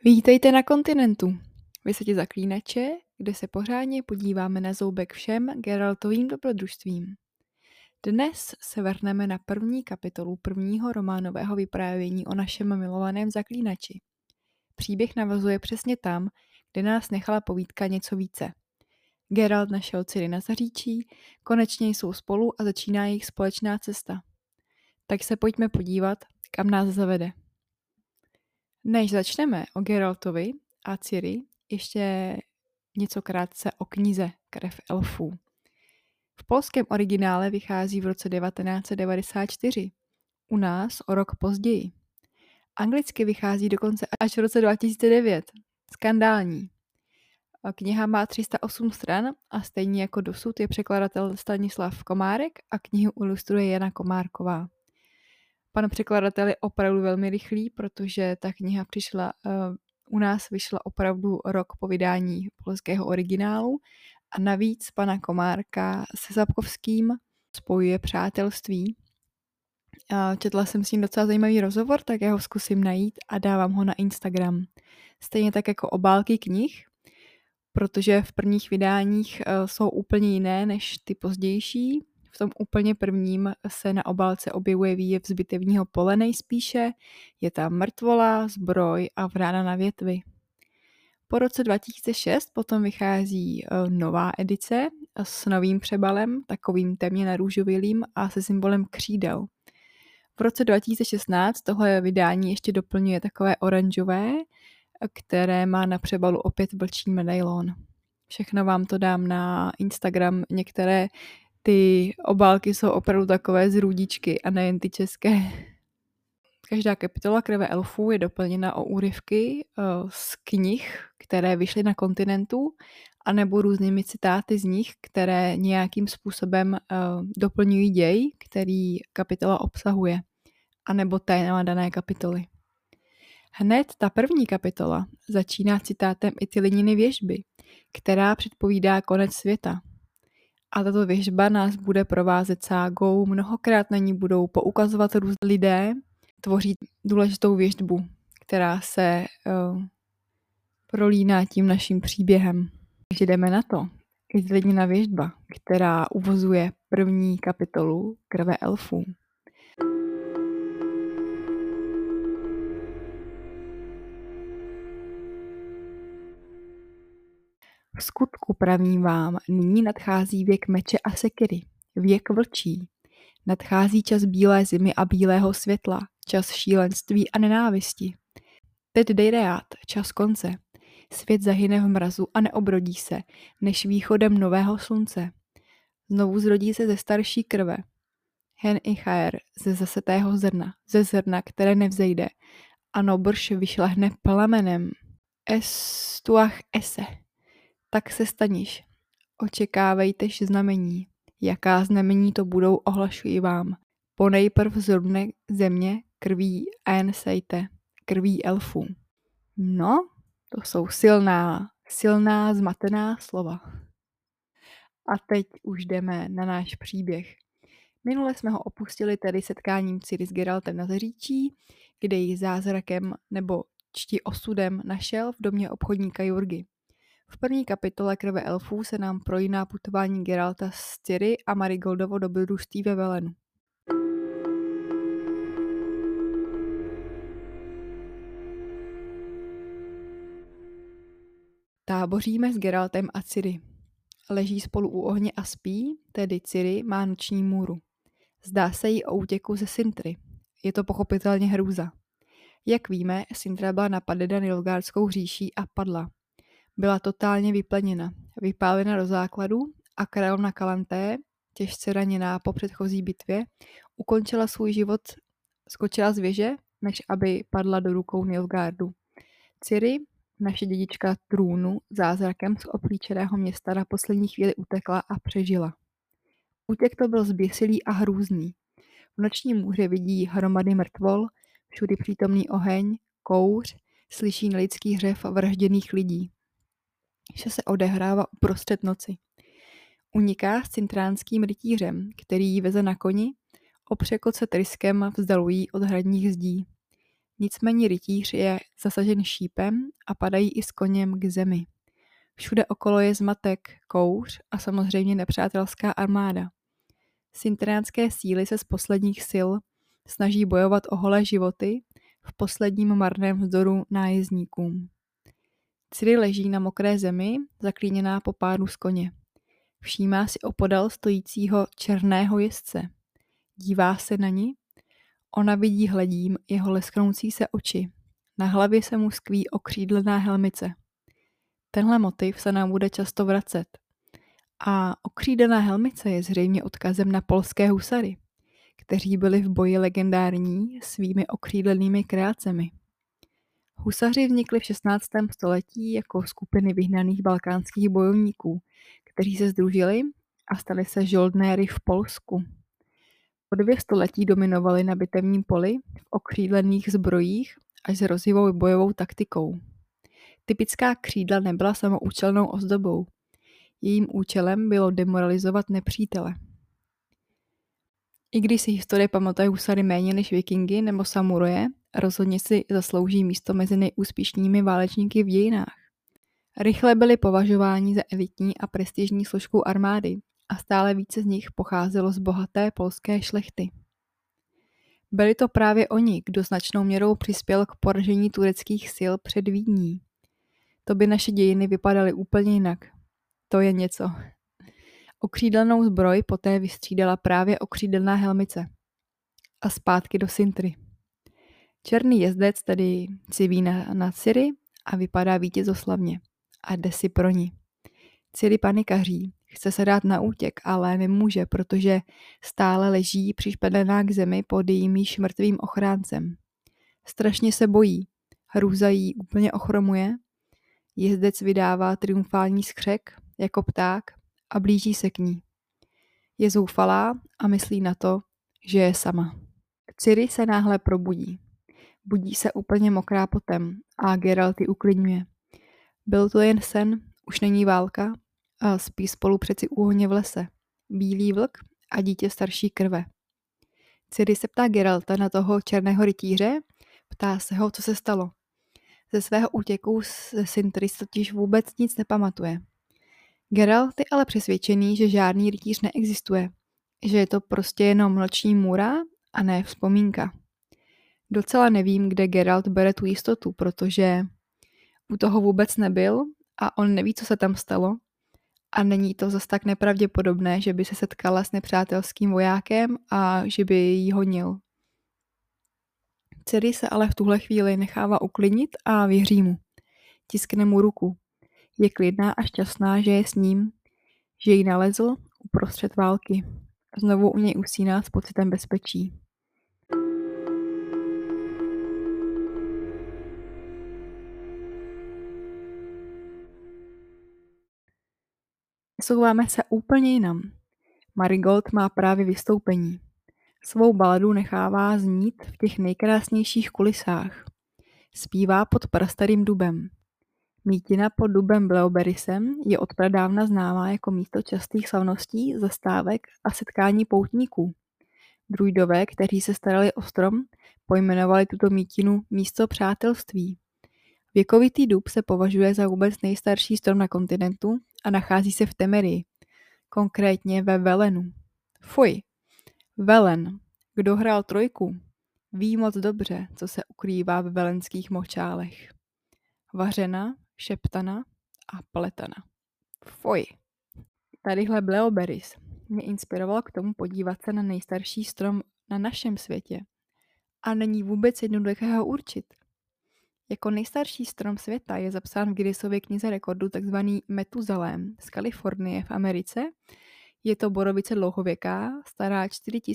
Vítejte na kontinentu, ve světě zaklínače, kde se pořádně podíváme na zoubek všem Geraltovým dobrodružstvím. Dnes se vrhneme na první kapitolu prvního románového vyprávění o našem milovaném zaklínači. Příběh navazuje přesně tam, kde nás nechala povídka něco více. Geralt našel Ciri na Zaříčí, konečně jsou spolu a začíná jejich společná cesta. Tak se pojďme podívat, kam nás zavede. Než začneme o Geraltovi a Ciri, ještě něco krátce o knize Krev elfů. V polském originále vychází v roce 1994, u nás o rok později. Anglicky vychází dokonce až v roce 2009. Skandální. Kniha má 308 stran a stejně jako dosud je překladatel Stanislav Komárek a knihu ilustruje Jana Komárková. Pan překladatel je opravdu velmi rychlý, protože ta kniha přišla, u nás vyšla opravdu rok po vydání polského originálu a navíc pana Komárka se Sapkovským spojuje přátelství. Četla jsem s ním docela zajímavý rozhovor, tak já ho zkusím najít a dávám ho na Instagram. Stejně tak jako obálky knih, protože v prvních vydáních jsou úplně jiné než ty pozdější. V tom úplně prvním se na obálce objevuje výjev z bitevního pole nejspíše, je tam mrtvola, zbroj a vrána na větvi. Po roce 2006 potom vychází nová edice s novým přebalem, takovým temně narůžovilým a se symbolem křídel. V roce 2016 tohle vydání ještě doplňuje takové oranžové, které má na přebalu opět vlčí medailon. Všechno vám to dám na Instagram, některé ty obálky jsou opravdu takové z růdičky a nejen ty české. Každá kapitola Krve elfů je doplněna o úryvky z knih, které vyšly na kontinentu, anebo různými citáty z nich, které nějakým způsobem doplňují děj, který kapitola obsahuje, anebo téma dané kapitoly. Hned ta první kapitola začíná citátem Itilininy věštby, která předpovídá konec světa. A tato věštba nás bude provázet ságou, mnohokrát na ní budou poukazovat různí lidé, tvoří důležitou věštbu, která se prolíná tím naším příběhem. Takže jdeme na to. Itilinina věštba, která uvozuje první kapitolu Krve elfů. V skutku pravím vám, nyní nadchází věk meče a sekiry, věk vlčí. Nadchází čas bílé zimy a bílého světla, čas šílenství a nenávisti. Teď dej reát, čas konce. Svět zahyne v mrazu a neobrodí se, než východem nového slunce. Znovu zrodí se ze starší krve. Hen i chaer ze zasetého zrna, ze zrna, které nevzejde. Ano, brž vyšlehne plamenem. Estuach ese. Tak se staniš. Očekávejtež znamení. Jaká znamení to budou, ohlašuji vám. Ponejprv zrudne země krví Aensete, krví elfů. No, to jsou silná, zmatená slova. A teď už jdeme na náš příběh. Minule jsme ho opustili tedy setkáním Ciri s Geraltem na Zaříčí, kde ji zázrakem nebo čti osudem našel v domě obchodníka Jurgy. V první kapitole Krve elfů se nám projíná putování Geralta s Ciri a Marigoldovo dobrodružství ve Velenu. Táboříme s Geraltem a Ciri. Leží spolu u ohně a spí, tedy Ciri má noční můru. Zdá se jí o útěku ze Sintry. Je to pochopitelně hrůza. Jak víme, Sintra byla napadena Nilfgaardskou říší a padla. Byla totálně vyplněna, vypálena do základu a královna Kalanté, těžce raněná po předchozí bitvě, ukončila svůj život, skočila z věže, než aby padla do rukou Nilfgaardu. Ciri, naše dědička trůnu, zázrakem z oplíčeného města na poslední chvíli utekla a přežila. Útěk to byl zběsilý a hrůzný. V noční můře vidí hromady mrtvol, všudy přítomný oheň, kouř, slyší nelidský hřev vražděných lidí. Vše se odehrává uprostřed noci. Uniká s cintránským rytířem, který ji veze na koni, opřekot se tryskem vzdalují od hradních zdí. Nicméně rytíř je zasažen šípem a padají i s koněm k zemi. Všude okolo je zmatek, kouř a samozřejmě nepřátelská armáda. Syntriánské síly se z posledních sil snaží bojovat o holé životy v posledním marném vzdoru nájezdníkům. Ciri leží na mokré zemi, zaklíněná po pádu z koně. Všímá si opodal stojícího černého jezdce. Dívá se na ní. Ona vidí hledím jeho lesknoucí se oči. Na hlavě se mu skví okřídlená helmice. Tenhle motiv se nám bude často vracet. A okřídlená helmice je zřejmě odkazem na polské husary, kteří byli v boji legendární svými okřídlenými kreacemi. Husaři vznikli v 16. století jako skupiny vyhnaných balkánských bojovníků, kteří se sdružili a stali se žoldnéry v Polsku. Po 2 století dominovali na bitevním poli v okřídlených zbrojích až s rozhýbou bojovou taktikou. Typická křídla nebyla samoučelnou ozdobou. Jejím účelem bylo demoralizovat nepřítele. I když si historie pamatuje husary méně než vikingy nebo samuraje, rozhodně si zaslouží místo mezi nejúspěšnějšími válečníky v dějinách. Rychle byli považováni za elitní a prestižní složku armády a stále více z nich pocházelo z bohaté polské šlechty. Byli to právě oni, kdo značnou měrou přispěl k poražení tureckých sil před Vídní. To by naše dějiny vypadaly úplně jinak. To je něco. Okřídlenou zbroj poté vystřídala právě okřídlená helmice. A zpátky do Sintry. Černý jezdec tedy civí na Ciri a vypadá vítězoslavně. A jde si pro ní. Ciri panikaří, chce se dát na útěk, ale nemůže, protože stále leží přišpedlená k zemi pod jejím již mrtvým ochráncem. Strašně se bojí, hrůza jí úplně ochromuje, jezdec vydává triumfální skřek jako pták a blíží se k ní. Je zoufalá a myslí na to, že je sama. Ciri se náhle probudí. Budí se úplně mokrá potem a Geralt ji uklidňuje. Byl to jen sen, už není válka a spí spolu přeci úhoně v lese. Bílý vlk a dítě starší krve. Ciri se ptá Geralta na toho černého rytíře, ptá se ho, co se stalo. Ze svého útěku ze Sintry totiž vůbec nic nepamatuje. Geralt je ale přesvědčený, že žádný rytíř neexistuje, že je to prostě jenom noční můra a ne vzpomínka. Docela nevím, kde Geralt bere tu jistotu, protože u toho vůbec nebyl a on neví, co se tam stalo a není to zas tak nepravděpodobné, že by se setkala s nepřátelským vojákem a že by jí honil. Ciri se ale v tuhle chvíli nechává uklidnit a věří mu. Tiskne mu ruku. Je klidná a šťastná, že je s ním, že ji nalezl uprostřed války. Znovu u něj usíná s pocitem bezpečí. Přesouváme se úplně jinam. Marigold má právě vystoupení. Svou baladu nechává znít v těch nejkrásnějších kulisách. Zpívá pod prastarým dubem. Mítina pod dubem Bleoberisem je odpradávna známá jako místo častých slavností, zastávek a setkání poutníků. Druidové, kteří se starali o strom, pojmenovali tuto mítinu místo přátelství. Věkovitý dub se považuje za vůbec nejstarší strom na kontinentu a nachází se v Temerii, konkrétně ve Velenu. Fuj! Velen. Kdo hrál trojku, ví moc dobře, co se ukrývá ve velenských močálech. Vařena, šeptana a pletana. Fuj! Tadyhle Bleoberis mě inspiroval k tomu podívat se na nejstarší strom na našem světě. A není vůbec jednoduché ho určit. Jako nejstarší strom světa je zapsán v Guinnessově knize rekordů tzv. Metuzalém z Kalifornie v Americe. Je to borovice dlouhověká, stará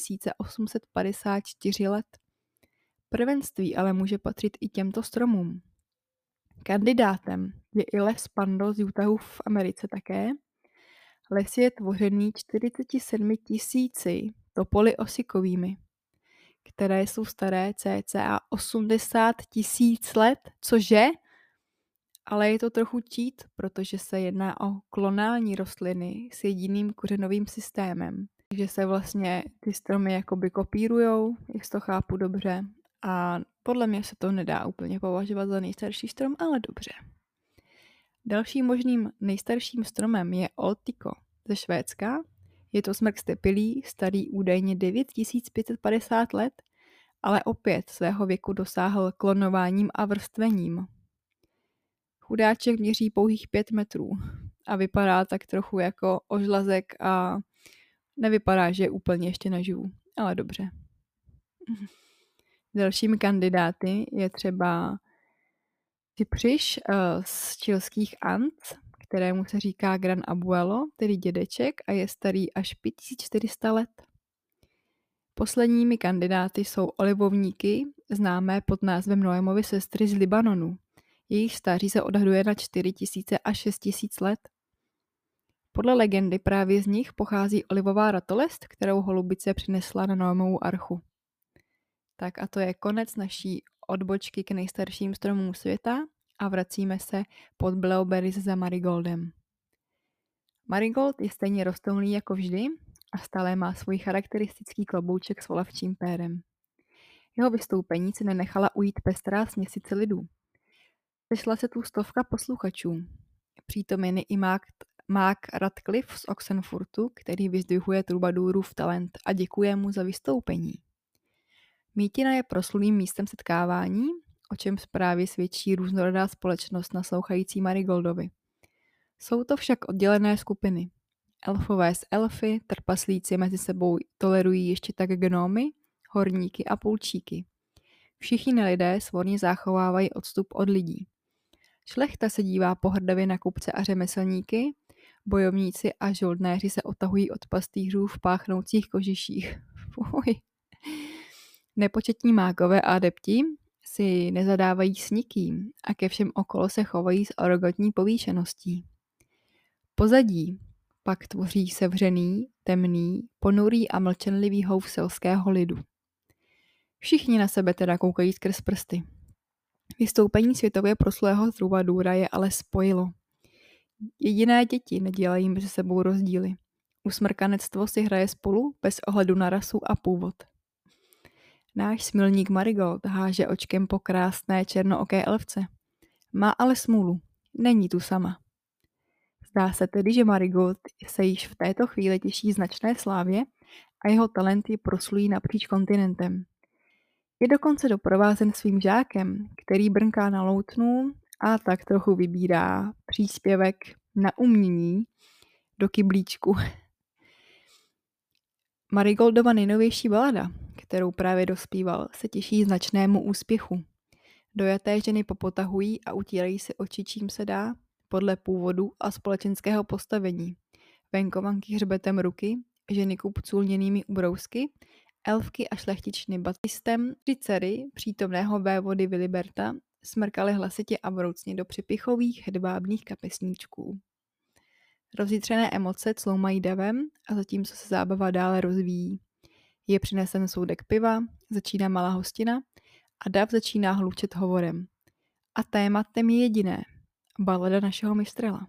4854 let. Prvenství ale může patřit i těmto stromům. Kandidátem je i les Pando z Utahu v Americe také. Les je tvořený 47 000 topoly osikovými, které jsou staré cca 80 000 let, cože? Ale je to trochu cheat, protože se jedná o klonální rostliny s jediným kořenovým systémem. Takže se vlastně ty stromy jakoby kopírujou, jestli to chápu dobře, A podle mě se to nedá úplně považovat za nejstarší strom, ale dobře. Dalším možným nejstarším stromem je Old Tycho ze Švédska. Je to smrk stepilý, starý údajně 9550 let, ale opět svého věku dosáhl klonováním a vrstvením. Chudáček měří pouhých 5 metrů a vypadá tak trochu jako ožlazek a nevypadá, že je úplně ještě naživu, ale dobře. Dalšími kandidáty je třeba Cypřiš z chilských Ant, kterému se říká Gran Abuelo, tedy dědeček, a je starý až 5400 let. Posledními kandidáty jsou olivovníky, známé pod názvem Noémovy sestry z Libanonu. Jejich stáří se odhaduje na 4000 až 6000 let. Podle legendy právě z nich pochází olivová ratolest, kterou holubice přinesla na Noémovu archu. Tak a to je konec naší odbočky k nejstarším stromům světa a vracíme se pod Blueberries za Marigoldem. Marigold je stejně rostomilý jako vždy a stále má svůj charakteristický klobouček s volavčím pérem. Jeho vystoupení si nenechala ujít pestrá směsice lidů. Sešla se tu 100 posluchačů. Přítomen je i Mark Radcliffe z Oxenfurtu, který vyzdvihuje trubadůrův talent a děkuje mu za vystoupení. Mítina je proslulým místem setkávání, o čem právě svědčí různorodá společnost naslouchající Marigoldovi. Jsou to však oddělené skupiny. Elfové s elfy, trpaslíci mezi sebou tolerují ještě tak gnómy, horníky a půlčíky. Všichni nelidé svorně zachovávají odstup od lidí. Šlechta se dívá pohrdavě na kupce a řemeslníky, bojovníci a žoldnéři se otahují od pastýřů v páchnoucích kožiších. Fuj. Nepočetní mágové a adepti si nezadávají s nikým a ke všem okolo se chovají s arrogantní povýšeností. Pozadí pak tvoří sevřený, temný, ponurý a mlčenlivý houv selského lidu. Všichni na sebe teda koukají skrz prsty. Vystoupení světově proslulého trubadůra je ale spojilo. Jediné děti nedělají mezi sebou rozdíly. Usmrkanectvo si hraje spolu bez ohledu na rasu a původ. Náš smilník Marigold háže očkem po krásné černooké elfce. Má ale smůlu. Není tu sama. Zdá se tedy, že Marigold se již v této chvíli těší značné slávě a jeho talent je proslulý napříč kontinentem. Je dokonce doprovázen svým žákem, který brnká na loutnu a tak trochu vybírá příspěvek na umění do kyblíčku. Marigoldova nejnovější balada, kterou právě dospíval, se těší značnému úspěchu. Dojaté ženy popotahují a utírají si oči, čím se dá, podle původu a společenského postavení. Venkovanky hřbetem ruky, ženy kupců lněnými ubrousky, elfky a šlechtičny batistem, 3 dcery přítomného vévody Viliberta smrkaly hlasitě a vroucně do přepichových hedvábných kapesníčků. Rozjitřené emoce cloumají davem a zatímco se zábava dále rozvíjí. Je přinesen soudek piva, začíná malá hostina a dav začíná hlučet hovorem. A tématem je jediné. Balada našeho mistrela.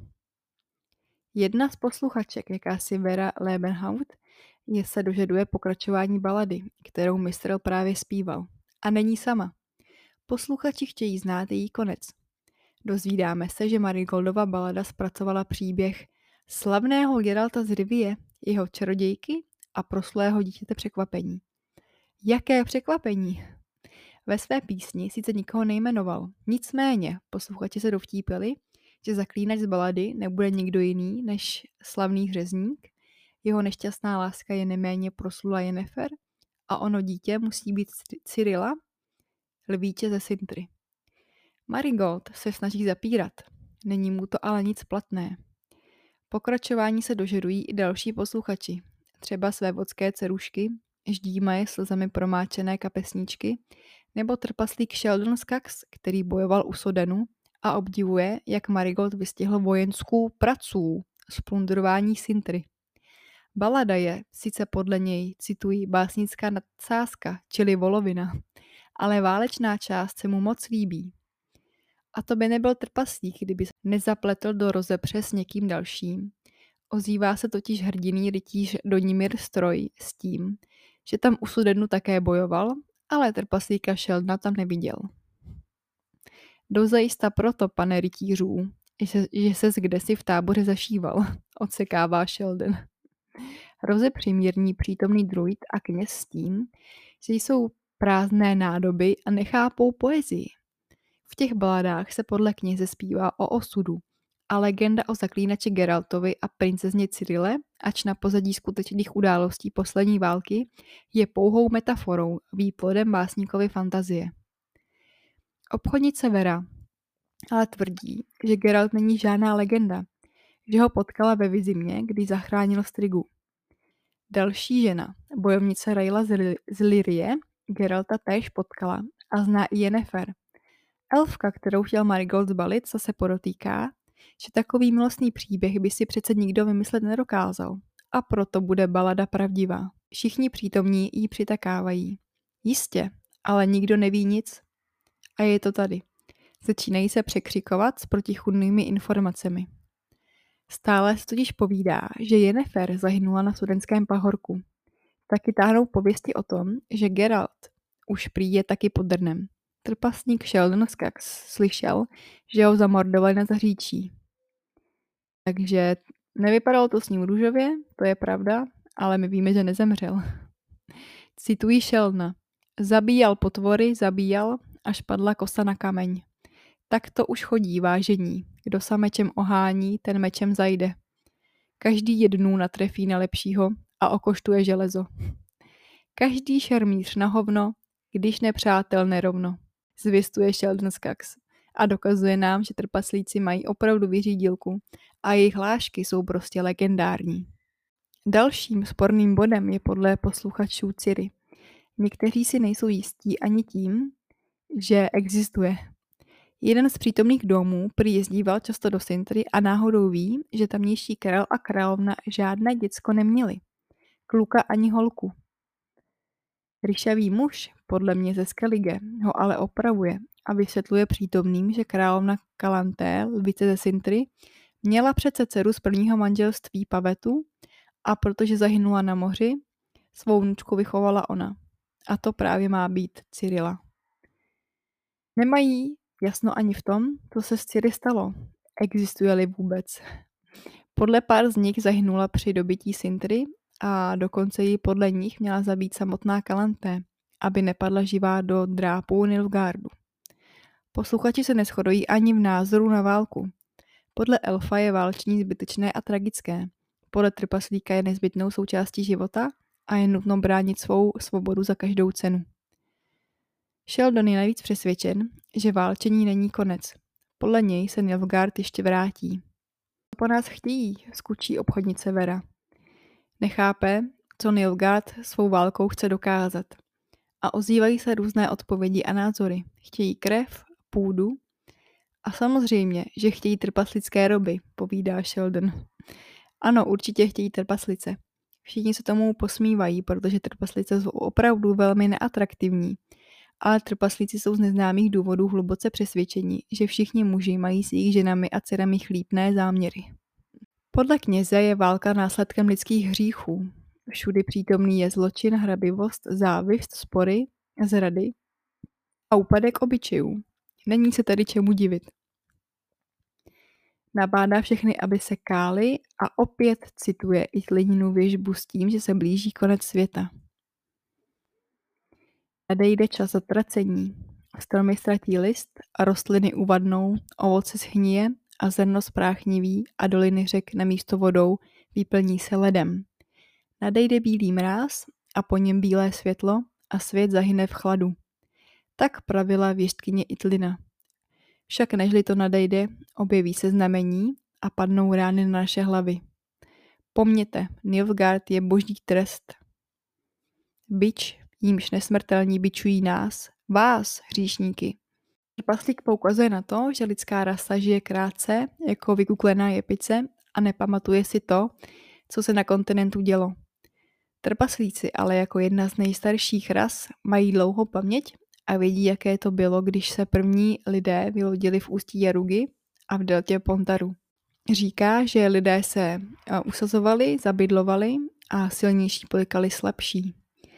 Jedna z posluchaček, jakási Vera Lebenhaut, se dožaduje pokračování balady, kterou mistrel právě zpíval. A není sama. Posluchači chtějí znát její konec. Dozvídáme se, že Marigoldova balada zpracovala příběh slavného Geralta z Rivie, jeho čarodějky a proslulého dítěte překvapení. Jaké překvapení! Ve své písni sice nikoho nejmenoval, nicméně posluchači se dovtípili, že zaklínač z balady nebude nikdo jiný než slavný řezník, jeho nešťastná láska je neméně proslula Yennefer a ono dítě musí být Cyrilla, lvíče ze Sintry. Marigold se snaží zapírat, není mu to ale nic platné. Pokračování se dožadují i další posluchači, třeba své vodské dcerušky, ždímaje slzami promáčené kapesníčky, nebo trpaslík Sheldon Skax, který bojoval u Sodenu a obdivuje, jak Marigold vystihl vojenskou pracu z plundrování Sintry. Balada je, sice podle něj, cituji, básnická nadsázka, čili volovina, ale válečná část se mu moc líbí. A to by nebyl trpaslík, kdyby se nezapletl do rozepře s někým dalším. Ozývá se totiž hrdinný rytíř Donimir Stroj s tím, že tam u Sudenu také bojoval ale trpaslíka Sheldona tam neviděl. Dozajista proto, pane rytířů, že ses kdesi v táboře zašíval, odsekává Sheldon. Rozepřimírní přítomný druid a kněz s tím, že jsou prázdné nádoby a nechápou poezii. V těch baladách se podle kněze zpívá o osudu a legenda o zaklínači Geraltovi a princezně Cyrille, ač na pozadí skutečných událostí poslední války, je pouhou metaforou, výplodem básníkovy fantazie. Obchodnice Vera ale tvrdí, že Geralt není žádná legenda, že ho potkala ve Vizimě, když zachránil Strigu. Další žena, bojovnice Rayla z Lyrie, Geralta též potkala a zná i Yennefer. Elfka, kterou chtěl Marigold zbalit, zase podotýká, že takový milostný příběh by si přece nikdo vymyslet nedokázal. A proto bude balada pravdivá. Všichni přítomní jí přitakávají. Jistě, ale nikdo neví nic. A je to tady. Začínají se překřikovat s protichůdnými informacemi. Stále se totiž povídá, že Yennefer zahynula na Sudenském pahorku. Taky táhnou pověsti o tom, že Geralt už prý je taky pod drnem. Trpaslík Sheldon Skax slyšel, že ho zamordovali na Zaříčí. Takže nevypadalo to s ním růžově, to je pravda, ale my víme, že nezemřel. Cituji Sheldona. Zabíjal potvory, zabíjal, až padla kosa na kameň. Tak to už chodí, vážení. Kdo se mečem ohání, ten mečem zajde. Každý jednou natrefí na lepšího a okoštuje železo. Každý šermíř na hovno, když nepřátel nerovno, zvěstuje Sheldon Skax a dokazuje nám, že trpaslíci mají opravdu vyřídilku a jejich hlášky jsou prostě legendární. Dalším sporným bodem je podle posluchačů Ciri. Někteří si nejsou jistí ani tím, že existuje. Jeden z přítomných domů prý jezdíval často do Sintry a náhodou ví, že tamnější král a královna žádné děcko neměli. Kluka ani holku. Ryšavý muž, podle mě ze Skellige, ho ale opravuje a vysvětluje přítomným, že královna Kalanté, lvice ze Sintry, měla přece dceru z prvního manželství Pavetu a protože zahynula na moři, svou vnučku vychovala ona. A to právě má být Cyrilla. Nemají jasno ani v tom, co se s Ciri stalo. Existuje-li vůbec. Podle pár z nich zahynula při dobytí Sintry a dokonce ji podle nich měla zabít samotná Kalanté, aby nepadla živá do drápů Nilfgaardu. Posluchači se neshodují ani v názoru na válku. Podle elfa je válčení zbytečné a tragické. Podle trpaslíka je nezbytnou součástí života a je nutno bránit svou svobodu za každou cenu. Sheldon je navíc přesvědčen, že válčení není konec. Podle něj se Nilfgaard ještě vrátí. Co po nás chtějí, skučí obchodnice Vera. Nechápe, co Nilfgaard svou válkou chce dokázat. A ozývají se různé odpovědi a názory. Chtějí krev, půdu a samozřejmě, že chtějí trpaslické roby, povídá Sheldon. Ano, určitě chtějí trpaslice. Všichni se tomu posmívají, protože trpaslice jsou opravdu velmi neatraktivní. Ale trpaslíci jsou z neznámých důvodů hluboce přesvědčeni, že všichni muži mají s jejich ženami a dcerami chlípné záměry. Podle kněze je válka následkem lidských hříchů. Všudy přítomný je zločin, hrabivost, závist, spory, zrady a úpadek obyčejů. Není se tedy čemu divit. Nabádá všechny, aby se káli a opět cituje i Leninu věžbu s tím, že se blíží konec světa. Nadejde čas zatracení. Stromy ztratí list a rostliny uvadnou, ovoce schnije a zrno spráchniví a doliny řek namísto vodou vyplní se ledem. Nadejde bílý mráz a po něm bílé světlo a svět zahyne v chladu. Tak pravila věštkyně Itlina. Však nežli to nadejde, objeví se znamení a padnou rány na naše hlavy. Pomněte, Nilfgaard je boží trest. Bič, jímž nesmrtelní bičují nás, vás, hříšníky. Trpaslík poukazuje na to, že lidská rasa žije krátce jako vykuklená jepice a nepamatuje si to, co se na kontinentu dělo. Trpaslíci ale jako jedna z nejstarších ras mají dlouhou paměť a vědí, jaké to bylo, když se první lidé vylodili v ústí Jarugy a v deltě Pontaru. Říká, že lidé se usazovali, zabydlovali a silnější polikali slabší.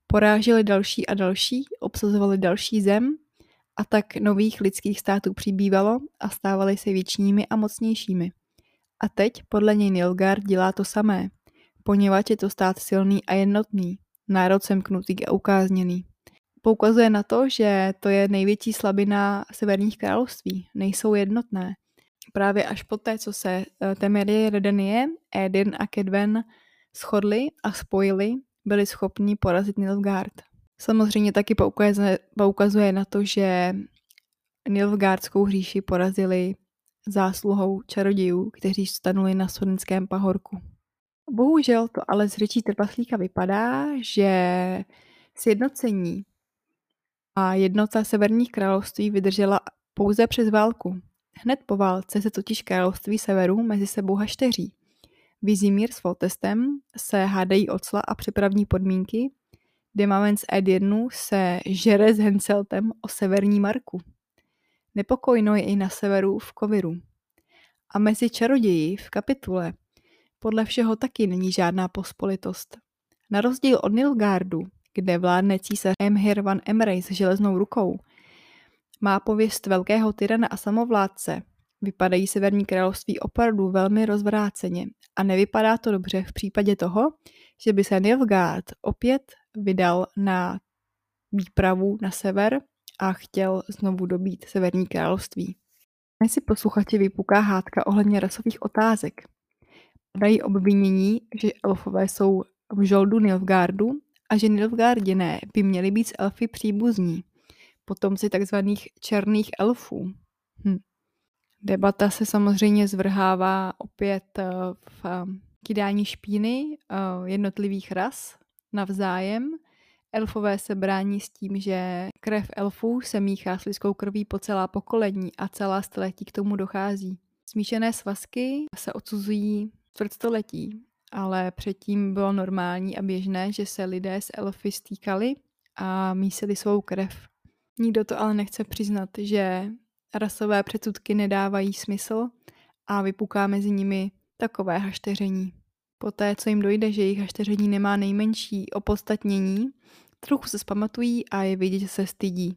Poráželi další a další, obsazovali další zem a tak nových lidských států přibývalo a stávali se většími a mocnějšími. A teď podle něj Nilfgaard dělá to samé, poněvadž je to stát silný a jednotný, národ semknutý a ukázněný. Poukazuje na to, že to je největší slabina severních království, nejsou jednotné. Právě až poté, co se Temerie, Redenie, Édirn a Kedwen shodli a spojili, byli schopni porazit Nilfgaard. Samozřejmě taky poukazuje na to, že Nilfgaardskou říši porazili zásluhou čarodějů, kteří stanuli na Sodnském pahorku. Bohužel to ale z řečí trpaslíka vypadá, že sjednocení a jednota severních království vydržela pouze přes válku. Hned po válce se totiž království severu mezi sebou hašteří. Vizimír s Foltestem se hádají o cla a přepravní podmínky, Demaven z Edirnu se žere s Henseltem o severní marku. Nepokojno je i na severu v Koviru. A mezi čaroději v Kapitule podle všeho taky není žádná pospolitost. Na rozdíl od Nilfgaardu, kde vládne císař Emhyr van Emrey s železnou rukou, má pověst velkého tyrana a samovládce, vypadají severní království opravdu velmi rozvráceně a nevypadá to dobře v případě toho, že by se Nilfgaard opět vydal na výpravu na sever a chtěl znovu dobít severní království. Dnes si posluchači vypuká hádka ohledně rasových otázek. Dají obvinění, že elfové jsou v žoldu Nilfgaardu a že Nilfgaardiné by měli být s elfy příbuzní, potomci takzvaných černých elfů. Debata se samozřejmě zvrhává opět v kydání špíny jednotlivých ras navzájem. Elfové se brání s tím, že krev elfů se míchá s lidskou krví po celá pokolení a celá století k tomu dochází. Smíšené svazky se odsuzují čtvrtstoletí, ale předtím bylo normální a běžné, že se lidé s elfy stýkali a mísili svou krev. Nikdo to ale nechce přiznat, že rasové předsudky nedávají smysl a vypuká mezi nimi takové hašteření. Poté, co jim dojde, že jejich hašteření nemá nejmenší opodstatnění, trochu se zpamatují a je vidět, že se stydí.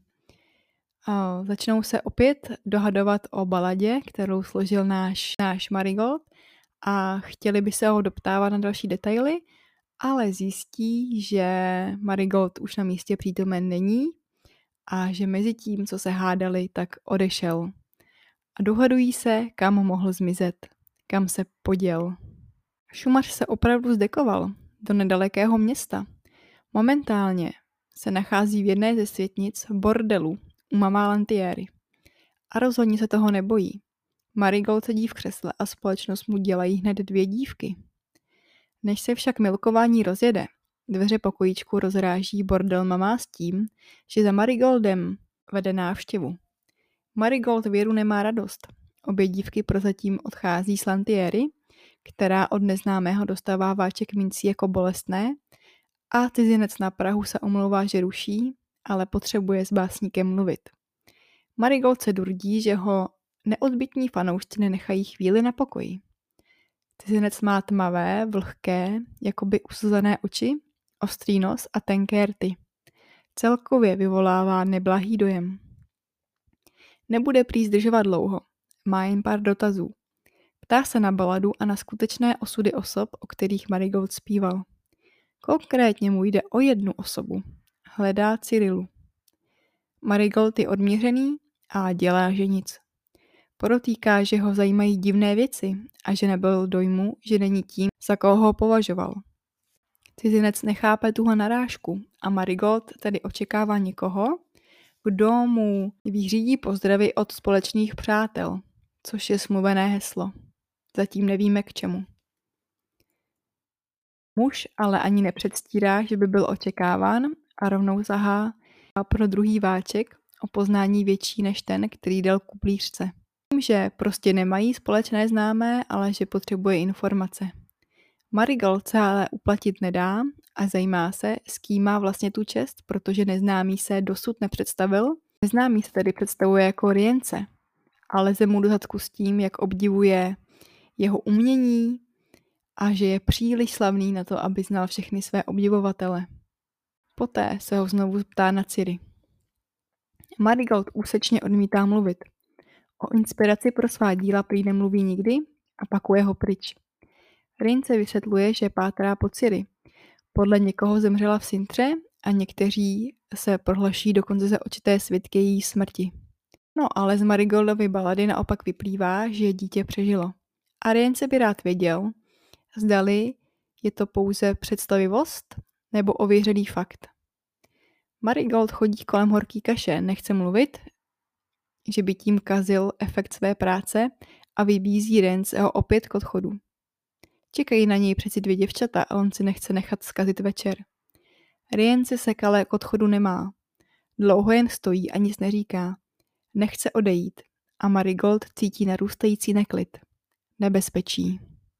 A začnou se opět dohadovat o baladě, kterou složil náš Marigold a chtěli by se ho doptávat na další detaily, ale zjistí, že Marigold už na místě přítomen není a že mezi tím, co se hádali, tak odešel. A dohadují se, kam mohl zmizet, kam se poděl. Šumař se opravdu zdekoval do nedalekého města. Momentálně se nachází v jedné ze světnic bordelu u Mama Lantieri. A rozhodně se toho nebojí. Marigold sedí v křesle a společnost mu dělají hned 2 dívky. Než se však milkování rozjede, dveře pokojíčku rozráží bordel Mama s tím, že za Marigoldem vede návštěvu. Marigold věru nemá radost. Obě dívky prozatím odchází z Lantieri, která od neznámého dostává váček mincí jako bolestné a cizinec na prahu se omlouvá, že ruší, ale potřebuje s básníkem mluvit. Marigold se durdí, že ho neodbytní fanoušci nenechají chvíli na pokoji. Cizinec má tmavé, vlhké, jakoby usuzené oči, ostrý nos a tenké rty. Celkově vyvolává neblahý dojem. Nebude prý zdržovat dlouho, má jen pár dotazů. Ptá se na baladu a na skutečné osudy osob, o kterých Marigold zpíval. Konkrétně mu jde o jednu osobu. Hledá Cyrilu. Marigold je odměřený a dělá, že nic. Podotýká, že ho zajímají divné věci a že nebyl dojmu, že není tím, za koho ho považoval. Cizinec nechápe tuhle narážku a Marigold tedy očekává někoho, kdo mu vyřídí pozdravy od společných přátel, což je smluvené heslo. Zatím nevíme k čemu. Muž ale ani nepředstírá, že by byl očekáván a rovnou zahá pro druhý váček o poznání větší než ten, který dal kuplířce. Tím, že prostě nemají společné známé, ale že potřebuje informace. Marigold se ale uplatit nedá a zajímá se, s kým má vlastně tu čest, protože neznámý se dosud nepředstavil. Neznámý se tedy představuje jako Rience, ale leze mu do zadku s tím, jak obdivuje jeho umění a že je příliš slavný na to, aby znal všechny své obdivovatele. Poté se ho znovu ptá na Ciri. Marigold úsečně odmítá mluvit. O inspiraci pro svá díla prý nemluví nikdy a pakuje ho pryč. Rince vysvětluje, že pátrá po Ciri. Podle někoho zemřela v Sintře a někteří se prohlaší dokonce za očité svědky její smrti. No ale z Marigoldovy balady naopak vyplývá, že dítě přežilo. A Rience by rád věděl, zdali je to pouze představivost nebo ověřený fakt. Marigold chodí kolem horký kaše, nechce mluvit, že by tím kazil efekt své práce a vybízí Rienceho opět k odchodu. Čekají na něj přeci 2 děvčata a on si nechce nechat zkazit večer. Rience se ale k odchodu nemá. Dlouho jen stojí a nic neříká. Nechce odejít a Marigold cítí narůstající neklid. Nebezpečí.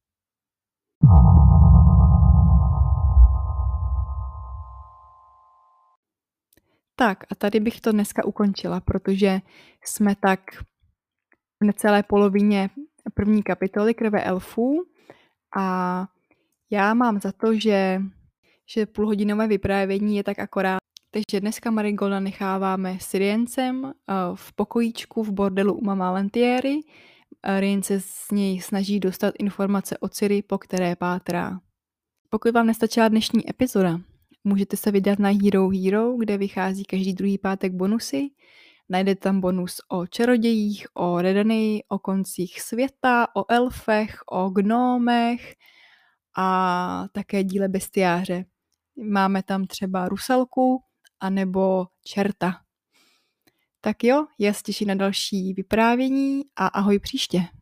Tak a tady bych to dneska ukončila, protože jsme tak v necelé polovině první kapitoly Krve elfů a já mám za to, že půlhodinové vyprávění je tak akorát. Takže dneska Marigolda necháváme s Riencem v pokojíčku v bordelu u Mama Lantieri. Rience z něj snaží dostat informace o Ciri, po které pátrá. Pokud vám nestačila dnešní epizoda, můžete se vydat na Hero Hero, kde vychází každý druhý pátek bonusy. Najdete tam bonus o čarodějích, o Redany, o koncích světa, o elfech, o gnómech a také díle bestiáře. Máme tam třeba rusalku anebo čerta. Tak jo, já se těším na další vyprávění a ahoj příště.